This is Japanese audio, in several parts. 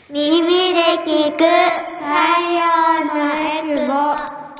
耳で聞く太陽のエクボ。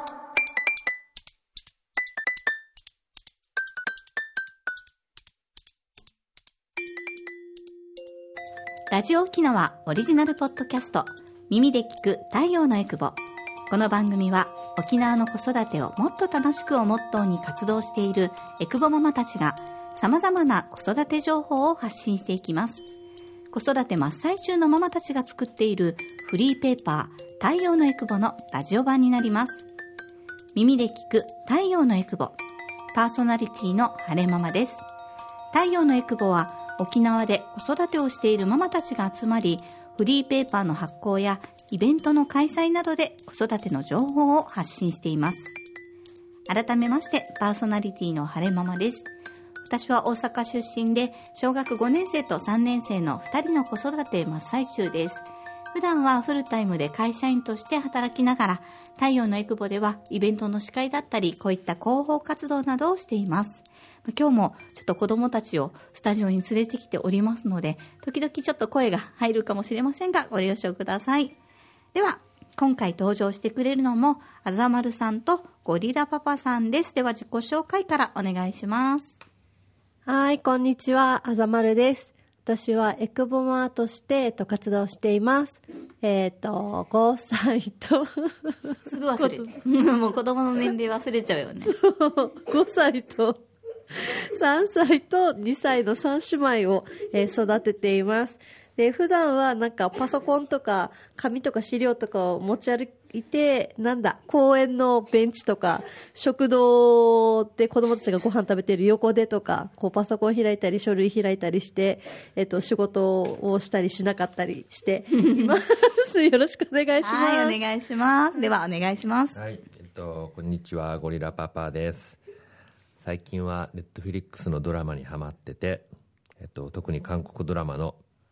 ラジオ沖縄オリジナルポッドキャスト、耳で聞く太陽のエクボ。この番組は沖縄の子育てをもっと楽しくをモットーに活動しているエクボママたちが様々な子育て情報を発信していきます。子育て真っ最中のママたちが作っているフリーペーパー太陽のエクボのラジオ版になります。耳で聞く太陽のエクボ、パーソナリティの晴れママです。太陽のエクボは沖縄で子育てをしているママたちが集まり、フリーペーパーの発行やイベントの開催などで子育ての情報を発信しています。改めましてパーソナリティの晴れママです。私は大阪出身で小学5年生と3年生の2人の子育て真っ最中です。普段はフルタイムで会社員として働きながら、太陽のエクボではイベントの司会だったり、こういった広報活動などをしています。今日もちょっと子供たちをスタジオに連れてきておりますので、時々ちょっと声が入るかもしれませんがご了承ください。では今回登場してくれるのもあざまるさんとゴリラパパさんです。では自己紹介からお願いします。 はい、こんにちは、あざまるです。私はエクボマとして、活動しています。5歳とすぐ忘れるもう子供の年齢忘れちゃうよね。 そう、5歳と3歳と2歳の3姉妹を、育てています。で、普段はなんかパソコンとか紙とか資料とかを持ち歩いて、公園のベンチとか食堂で子供たちがご飯食べている横でとか、パソコン開いたり書類開いたりして、仕事をしたりしなかったりしています。よろしくお願いします。 はい、お願いします。ではお願いします。 はい、こんにちは、ゴリラパパです。最近はネットフリックスのドラマにハマってて、特に韓国ドラマの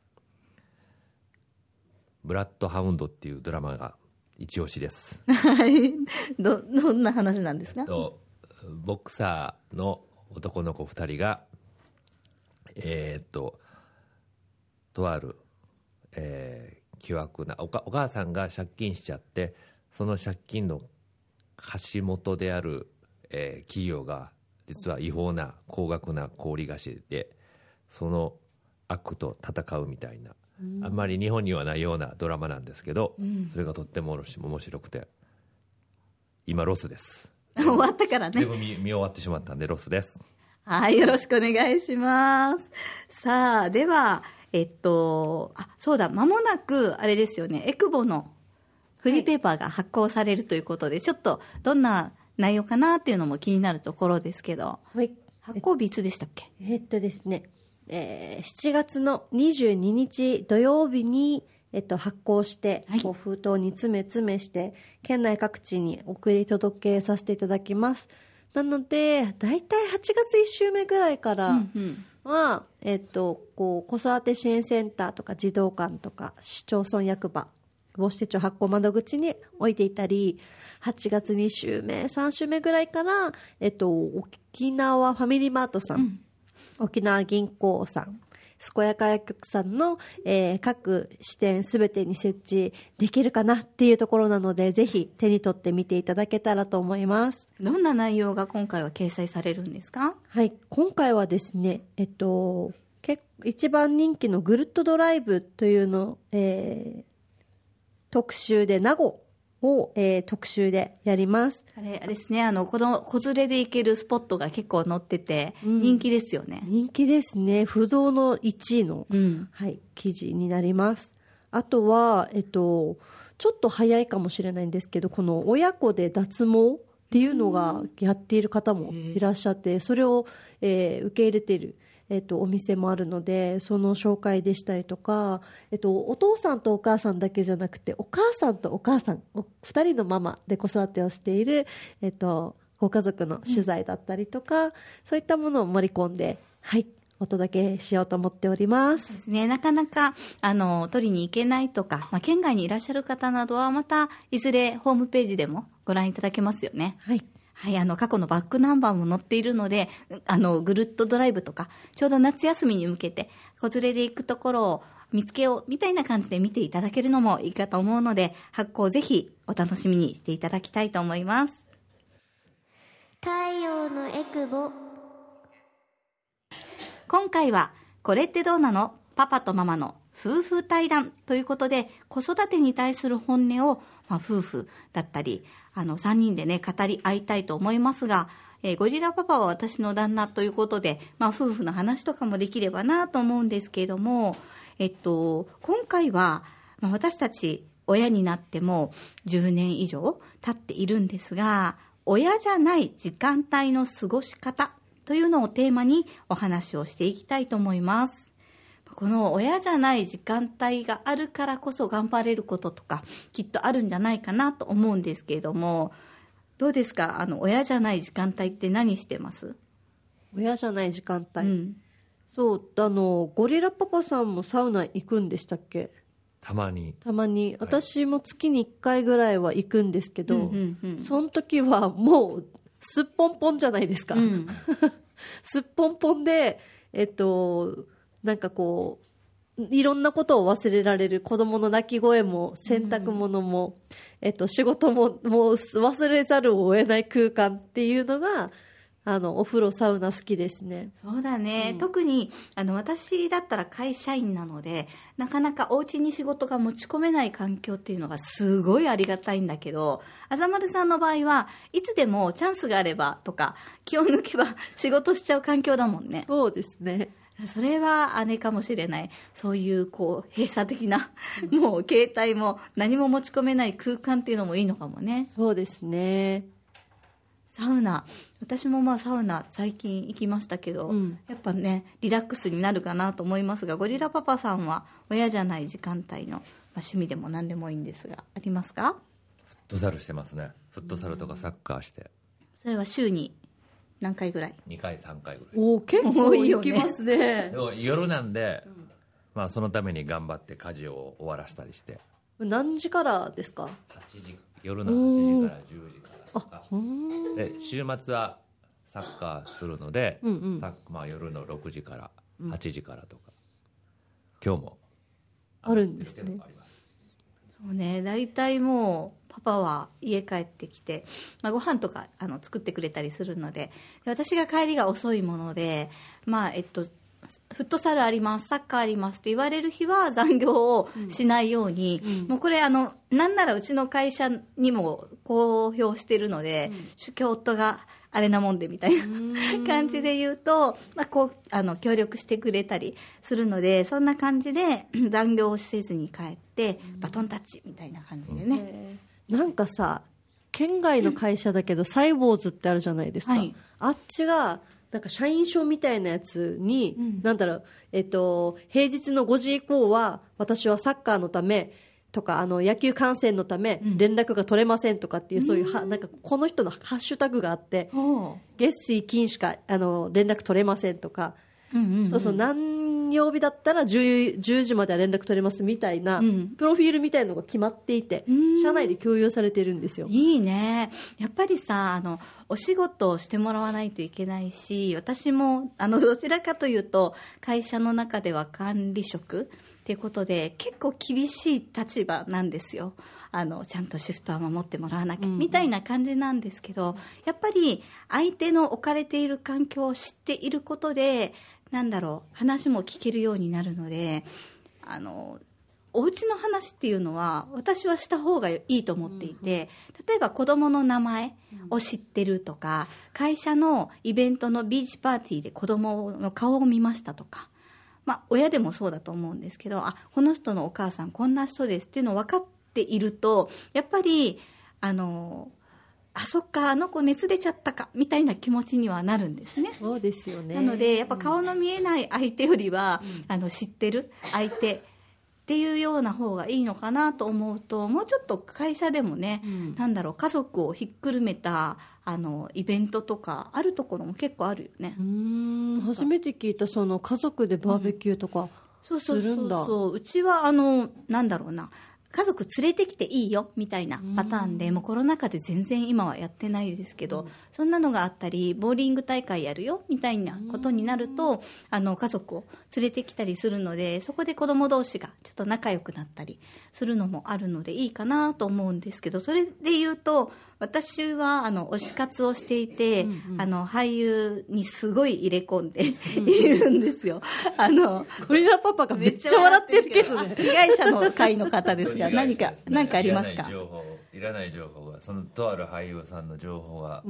ブラッドハウンドっていうドラマが一押しです。 はい。どんな話なんですか？ ボクサーの男の子2人が、とある、巨悪なお母さんが借金しちゃって、その借金の貸元である、企業が実は違法な高額な高利貸しで、その悪と戦うみたいな、あんまり日本にはないようなドラマなんですけど、それがとっても面白くて、今ロスです。 終わったからね。 でも見終わってしまったんでロスです。 はい、よろしくお願いします。さあ、ではそうだ、間もなくあれですよね、エクボのフリーペーパーが発行されるということで、ちょっとどんな内容かなっていうのも気になるところですけど、 はい、 発行日いつでしたっけ？ ですね、7月の22日土曜日に、発行して、 はい、 封筒に詰めして県内各地に送り届けさせていただきます。なのでだいたい8月1週目ぐらいからは、子育て支援センターとか児童館とか市町村役場母子手帳発行窓口に置いていたり、8月2週目3週目ぐらいから、沖縄ファミリーマートさん、沖縄銀行さん、健やか薬局さんの、各支店すべてに設置できるかなっていうところなので、ぜひ手に取って見ていただけたらと思います。 どんな内容が今回は掲載されるんですか？ はい、今回はですね、一番人気のぐるっとドライブというのを、特集で名護を、特集でやります。 あれですね、子連れで行けるスポットが結構載ってて人気ですよね。 人気ですね。不動の1位の、はい、記事になります。あとは、ちょっと早いかもしれないんですけど、この親子で脱毛っていうのがやっている方もいらっしゃって、それを、受け入れているお店もあるので、その紹介でしたりとか、お父さんとお母さんだけじゃなくて、お母さんとお母さん2人のママで子育てをしている、ご家族の取材だったりとか、そういったものを盛り込んで、はい、お届けしようと思っております。 ですね、なかなか取りに行けないとか、県外にいらっしゃる方などはまたいずれホームページでもご覧いただけますよね。 はい、 はい、過去のバックナンバーも載っているので、ぐるっとドライブとかちょうど夏休みに向けて子連れで行くところを見つけようみたいな感じで見ていただけるのもいいかと思うので、発行ぜひお楽しみにしていただきたいと思います。 太陽のエクボ。 今回はこれってどうなの？パパとママの夫婦対談ということで、子育てに対する本音を、夫婦だったり3人でね語り合いたいと思いますが、ゴリラパパは私の旦那ということで、夫婦の話とかもできればなと思うんですけれども、今回は、私たち親になっても10年以上経っているんですが、親じゃない時間帯の過ごし方というのをテーマにお話をしていきたいと思います。この親じゃない時間帯があるからこそ頑張れることとかきっとあるんじゃないかなと思うんですけれども、どうですか？親じゃない時間帯って何してます？ 親じゃない時間帯、そうゴリラパパさんもサウナ行くんでしたっけ？ たまに私も月に1回ぐらいは行くんですけど、その時はもうすっぽんぽんじゃないですか、すっぽんぽんでなんかこういろんなことを忘れられる、子供の泣き声も洗濯物も、仕事ももう忘れざるを得ない空間っていうのがお風呂サウナ好きですね。 そうだね、特に私だったら会社員なのでなかなかお家に仕事が持ち込めない環境っていうのがすごいありがたいんだけど、あざまるさんの場合はいつでもチャンスがあればとか気を抜けば仕事しちゃう環境だもんね。 そうですね。 それはあれかもしれない。そういう閉鎖的なもう携帯も何も持ち込めない空間っていうのもいいのかもね。 そうですね。 サウナ、私もサウナ最近行きましたけど、やっぱねリラックスになるかなと思いますが、ゴリラパパさんは親じゃない時間帯の、趣味でも何でもいいんですがありますか？ フットサルしてますね。フットサルとかサッカーして。 それは週に何回ぐらい ？2回3回ぐらい。 おー、結構行きますね。 でも夜なんで、そのために頑張って家事を終わらせたりして。 何時からですか夜の8時から10時からとかで、週末はサッカーするので、夜の6時から8時からとか、今日もあるんですね。 そうね、大体もうパパは家帰ってきて、ご飯とか作ってくれたりするので、私が帰りが遅いもので、フットサルあります、サッカーありますって言われる日は残業をしないように、もうこれなんならうちの会社にも公表してるので、今日夫があれなもんでみたいな感じで言うと、協力してくれたりするので、そんな感じで残業をせずに帰ってバトンタッチみたいな感じでね、 なんかさ、県外の会社だけど、サイボーズってあるじゃないですか、あっちがなんか社員証みたいなやつに、平日の5時以降は私はサッカーのためとか野球観戦のため連絡が取れませんとかっていう、そういうなんかこの人のハッシュタグがあって、月水金しか連絡取れませんとか、何曜日だったら 10時までは連絡取れますみたいな、プロフィールみたいなのが決まっていて、社内で共有されてるんですよ。 いいね。やっぱりさお仕事をしてもらわないといけないし、私もどちらかというと会社の中では管理職っていうことで結構厳しい立場なんですよ。ちゃんとシフトは守ってもらわなきゃみたいな感じなんですけど、やっぱり相手の置かれている環境を知っていることで話も聞けるようになるので、お家の話っていうのは私はした方がいいと思っていて、例えば子供の名前を知ってるとか、会社のイベントのビーチパーティーで子供の顔を見ましたとか、親でもそうだと思うんですけど、この人のお母さんこんな人ですっていうのを分かっていると、やっぱりそっか、あの子熱出ちゃったかみたいな気持ちにはなるんですね。 そうですよね。 なのでやっぱ顔の見えない相手よりは、知ってる相手っていうような方がいいのかなと思うと、もうちょっと会社でもね、家族をひっくるめたイベントとかあるところも結構あるよね。 初めて聞いた、その家族でバーベキューとかするんだ。 うちは家族連れてきていいよみたいなパターンで、もうコロナ禍で全然今はやってないですけど、そんなのがあったり、ボーリング大会やるよみたいなことになると、家族を連れてきたりするので、そこで子供同士がちょっと仲良くなったりするのもあるのでいいかなと思うんですけど、それで言うと私は推し活をしていて、俳優にすごい入れ込んでいるんですよ。 ゴリラパパがめっちゃ笑ってるけどね。 被害者の会の方ですが、何かありますか？ いらない情報が、そのとある俳優さんの情報が、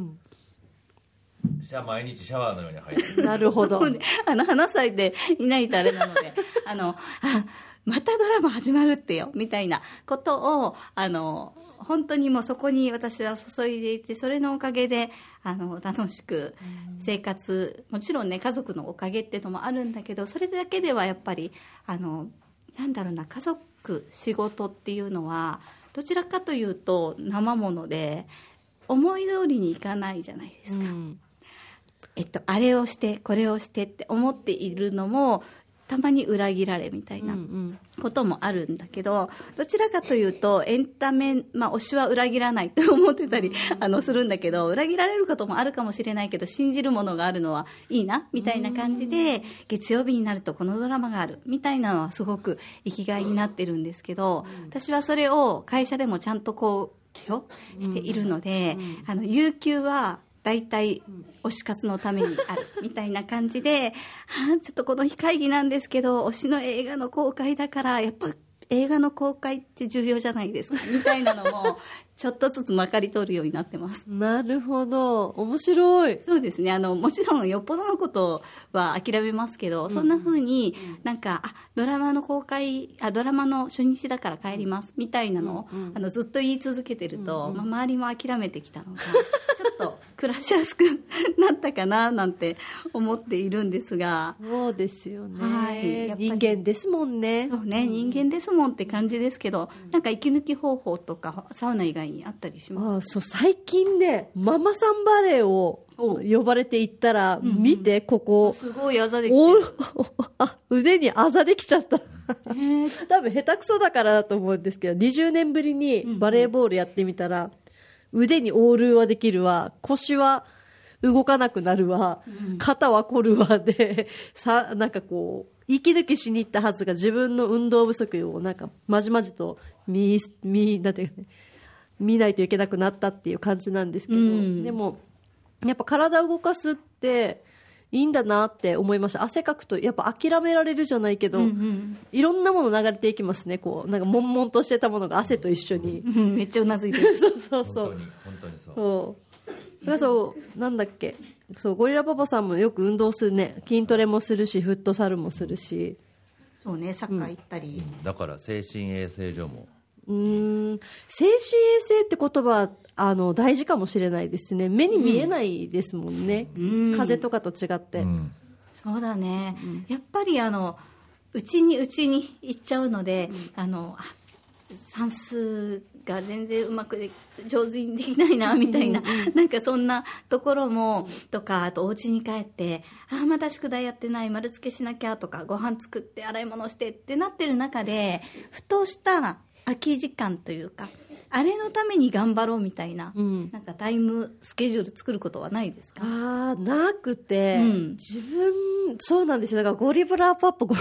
毎日シャワーのように入ってる。 なるほど。 話されていないとあれなので、またドラマ始まるってよみたいなことを本当にもうそこに私は注いでいて、それのおかげで楽しく生活、もちろんね家族のおかげっていうのもあるんだけど、それだけではやっぱりなんだろうな、家族仕事っていうのはどちらかというと生もので思い通りにいかないじゃないですか。あれをしてこれをしてって思っているのもたまに裏切られみたいなこともあるんだけど、どちらかというとエンタメ、推しは裏切らないと思ってたりするんだけど、裏切られることもあるかもしれないけど、信じるものがあるのはいいなみたいな感じで、月曜日になるとこのドラマがあるみたいなのはすごく生きがいになってるんですけど、私はそれを会社でもちゃんとこう気をしているので、有給は大体推し活のためにあるみたいな感じで、ちょっとこの日会議なんですけど推しの映画の公開だからやっぱ映画の公開って重要じゃないですかみたいなのもちょっとずつまかり通るようになってます。 なるほど、面白い。 そうですね、もちろんよっぽどのことは諦めますけど、そんな風になんかドラマの公開ドラマの初日だから帰りますみたいなのを、ずっと言い続けてると、周りも諦めてきたのがちょっと暮らしやすくなったかななんて思っているんですが。 そうですよね、 はい、やっぱり人間ですもんね。 そうね、人間ですもんって感じですけど、なんか息抜き方法とかサウナ以外にあったりします？ そう、最近ねママさんバレーを呼ばれて行ったら、見てここすごいあざできてる。 腕にあざできちゃった多分下手くそだからだと思うんですけど、20年ぶりにバレーボールやってみたら、腕にオールはできるわ、腰は動かなくなるわ、肩は凝るわでなんかこう息抜きしに行ったはずが自分の運動不足をなんかまじまじとなんていうかね、見ないといけなくなったっていう感じなんですけど、でもやっぱ体を動かすっていいんだなって思いました。汗かくとやっぱ諦められるじゃないけど、いろんなもの流れていきますね。こうなんか悶々としてたものが汗と一緒に、 めっちゃうなずいてるそう本当にそうだからそうなんだっけ、そうゴリラパパさんもよく運動するね。筋トレもするしフットサルもするし、 そうね、サッカー行ったり、 だから精神衛生上も精神衛生って言葉大事かもしれないですね。目に見えないですもんね、風邪とかと違って、 そうだね、やっぱりうちに行っちゃうので、算数が全然うまく上手にできないなみたいな、なんかそんなところもとか、あとお家に帰ってまだ宿題やってない、丸付けしなきゃとか、ご飯作って洗い物してってなってる中で、ふとした空き時間というか、あれのために頑張ろうみたいな、なんかタイムスケジュール作ることはないですか？ なくて、自分そうなんですよ。だからゴリラパパ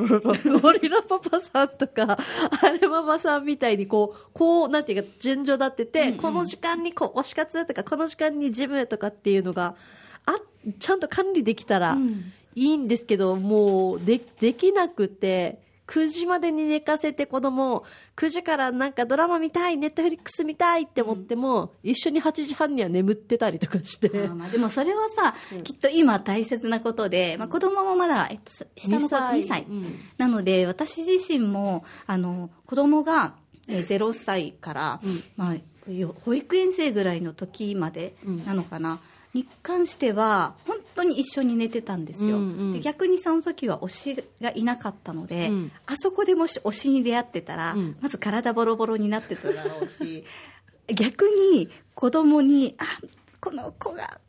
さんとかあれママさんみたいにこうなんていうか順序立ってて、この時間に推し活とかこの時間にジムとかっていうのがちゃんと管理できたらいいんですけど、もうできなくて、9時までに寝かせて子供9時からなんかドラマ見たい、ネットフリックス見たいって思っても、一緒に8時半には眠ってたりとかして、 でもそれはさ、きっと今大切なことで、子供もまだ、下の子2歳、なので、私自身も子供が0歳から、保育園生ぐらいの時までなのかな、に関しては本当に一緒に寝てたんですよ、で逆にその時は推しがいなかったので、あそこでもし推しに出会ってたら、まず体ボロボロになってただろうし逆に子供にこの子が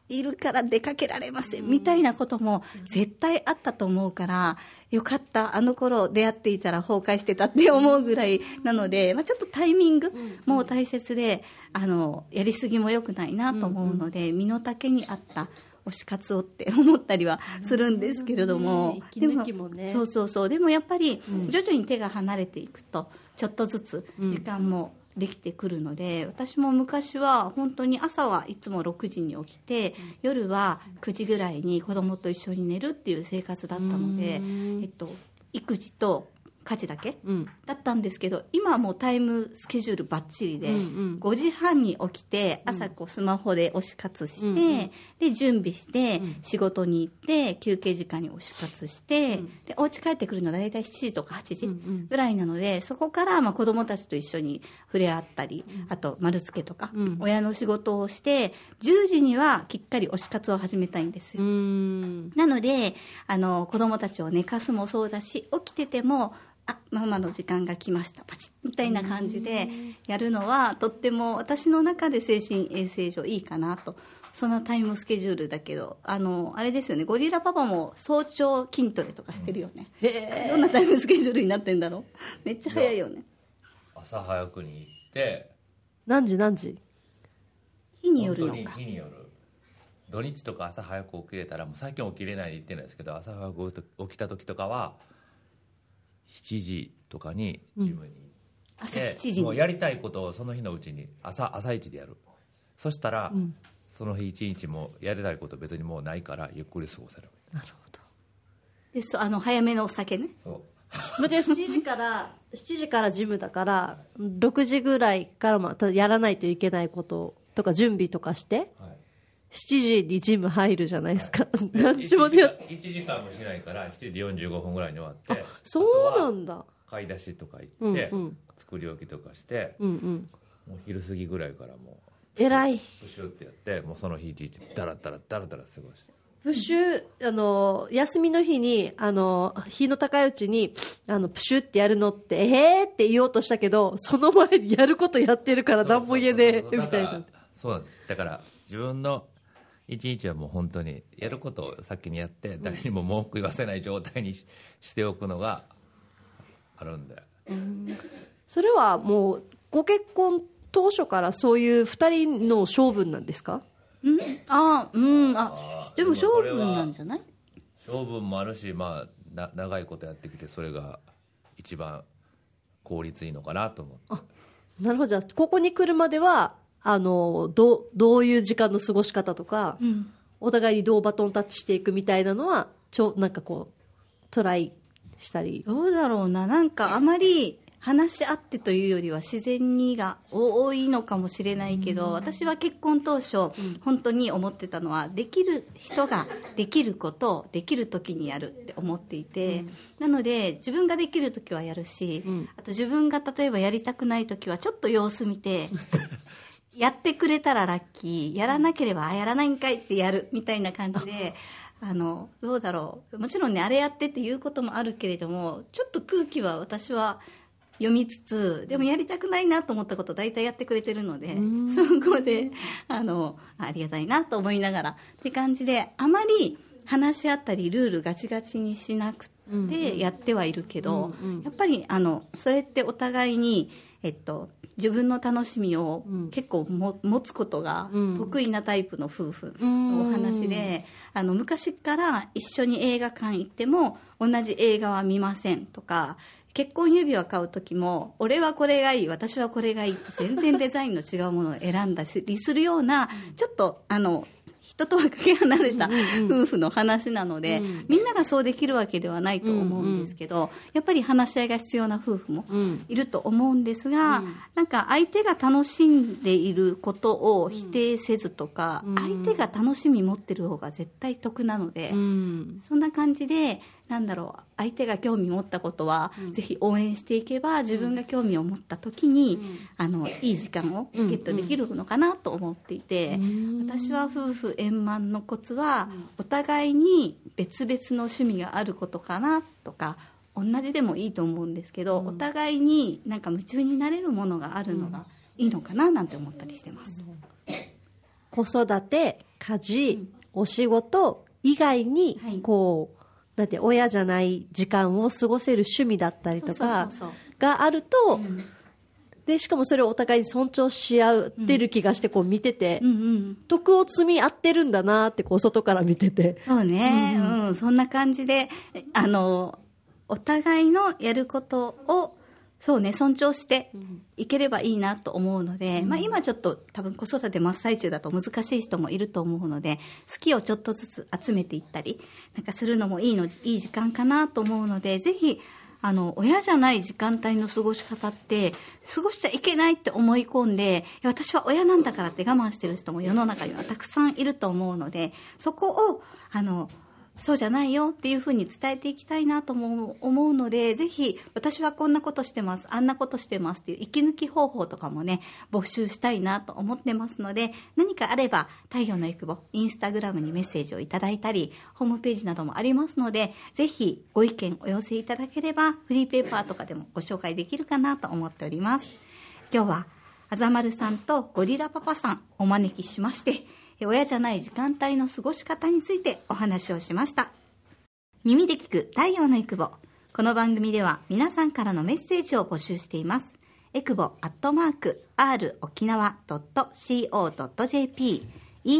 いるから出かけられませんみたいなことも絶対あったと思うから、よかった、あの頃出会っていたら崩壊してたって思うぐらいなので、ちょっとタイミングも大切で、やりすぎも良くないなと思うので、身の丈に合った推し活をって思ったりはするんですけれども、 息抜きもね、 そうでもやっぱり徐々に手が離れていくとちょっとずつ時間もできてくるので、私も昔は本当に朝はいつも6時に起きて、夜は9時ぐらいに子供と一緒に寝るっていう生活だったので、育児と家事だけだったんですけど、今はもうタイムスケジュールバッチリで、5時半に起きて朝スマホで推し活して、で準備して仕事に行って休憩時間に推し活して、でお家帰ってくるのは大体7時とか8時ぐらいなので、そこから子どもたちと一緒に触れ合ったり、あと丸付けとか、親の仕事をして10時にはきっかり推し活を始めたいんですよ。なので子どもたちを寝かすもそうだし、起きててもママの時間が来ましたパチッみたいな感じでやるのは、とっても私の中で精神衛生上いいかなと。そんなタイムスケジュールだけど、あれですよね、ゴリラパパも早朝筋トレとかしてるよね。どんなタイムスケジュールになってんだろう。めっちゃ早いよね。 朝早くに行って何時日によるのか。 日による。土日とか朝早く起きれたら、もう最近起きれないで言ってないですけど、朝早く起きた時とかは7時とかにジムに行って、 朝7時にもうやりたいことをその日のうちに朝一でやる。そしたら、その日一日もやりたいこと別にもうないからゆっくり過ごせる。 なるほど。 で早めのお酒ね。 そう7時からジムだから6時ぐらいからまたやらないといけないこととか準備とかして、7時にジム入るじゃないですか。何時までやって 1時間もしないから7時45分ぐらいに終わって、 そうなんだ。 買い出しとか行って、作り置きとかして、もう昼過ぎぐらいからもう偉いプシュってやって、もうその日一日ダラダラ過ごして、 プシュ休みの日に日の高いうちにプシュってやるのってって言おうとしたけど、その前にやることやってるから何も言えねえみたいな。 そうなんです。だから自分の一日はもう本当にやることを先にやって、誰にも文句言わせない状態にしておくのがあるんで、 それはもうご結婚当初からそういう2人の性分なんですか？ でも性分なんじゃない？ 性分もあるし、長いことやってきてそれが一番効率いいのかなと思って。 なるほど。じゃあここに来るまではどういう時間の過ごし方とか、お互いにどうバトンタッチしていくみたいなのはなんかこうトライしたり。 どうだろうな、なんかあまり話し合ってというよりは自然にが多いのかもしれないけど、私は結婚当初、本当に思ってたのは、できる人ができることをできる時にやるって思っていて、なので自分ができる時はやるし、あと自分が例えばやりたくない時はちょっと様子見てやってくれたらラッキー、やらなければやらないんかいってやるみたいな感じで、どうだろう、もちろんね、あれやってっていうこともあるけれども、ちょっと空気は私は読みつつ、でもやりたくないなと思ったこと大体やってくれてるので、そこでありがたいなと思いながらって感じで、あまり話し合ったりルールガチガチにしなくてやってはいるけど、やっぱりそれってお互いに自分の楽しみを結構持つことが得意なタイプの夫婦のお話で、昔から一緒に映画館行っても同じ映画は見ませんとか、結婚指輪買う時も俺はこれがいい、私はこれがいいって全然デザインの違うものを選んだりするような、ちょっと人とはかけ離れた夫婦の話なので、みんながそうできるわけではないと思うんですけど、やっぱり話し合いが必要な夫婦もいると思うんですが、なんか相手が楽しんでいることを否定せずとか、相手が楽しみ持ってる方が絶対得なので、そんな感じで、なんだろう、相手が興味持ったことはぜひ応援していけば、自分が興味を持った時にいい時間をゲットできるのかなと思っていて、私は夫婦円満のコツはお互いに別々の趣味があることかなとか、同じでもいいと思うんですけど、お互いになんか夢中になれるものがあるのがいいのかななんて思ったりしてます。 子育て、 家事、お仕事以外に、こう、だって親じゃない時間を過ごせる趣味だったりとかがあると、でしかもそれをお互いに尊重し合ってる気がしてこう見てて、徳を積み合ってるんだなってこう外から見てて、 そうね、そんな感じでお互いのやることをそうね尊重していければいいなと思うので、今ちょっと多分子育て真っ最中だと難しい人もいると思うので、好きをちょっとずつ集めていったりなんかするのもいい時間かなと思うので、ぜひ親じゃない時間帯の過ごし方って過ごしちゃいけないって思い込んで、いや私は親なんだからって我慢してる人も世の中にはたくさんいると思うので、そこをそうじゃないよっていうふうに伝えていきたいなとも思うので、ぜひ私はこんなことしてますあんなことしてますっていう息抜き方法とかもね募集したいなと思ってますので、何かあれば太陽のエクボインスタグラムにメッセージをいただいたりホームページなどもありますので、ぜひご意見お寄せいただければフリーペーパーとかでもご紹介できるかなと思っております。今日はあざまるさんとゴリラパパさんお招きしまして、親じゃない時間帯の過ごし方についてお話をしました。耳で聞く太陽のエクボ。この番組では皆さんからのメッセージを募集しています。エクボ@r 沖縄 .co.jp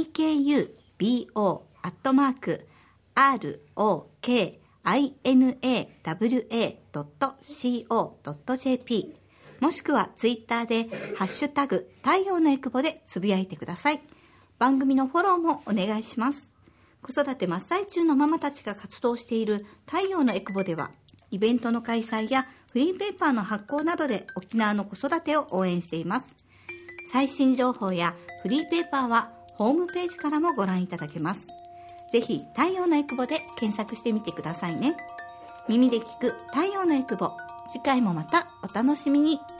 ekubo@rokinawa.co.jp もしくはツイッターでハッシュタグ太陽のエクボでつぶやいてください。番組のフォローもお願いします。子育て真っ最中のママたちが活動している太陽のエクボでは、イベントの開催やフリーペーパーの発行などで沖縄の子育てを応援しています。最新情報やフリーペーパーはホームページからもご覧いただけます。ぜひ太陽のエクボで検索してみてくださいね。耳で聞く太陽のエクボ。次回もまたお楽しみに。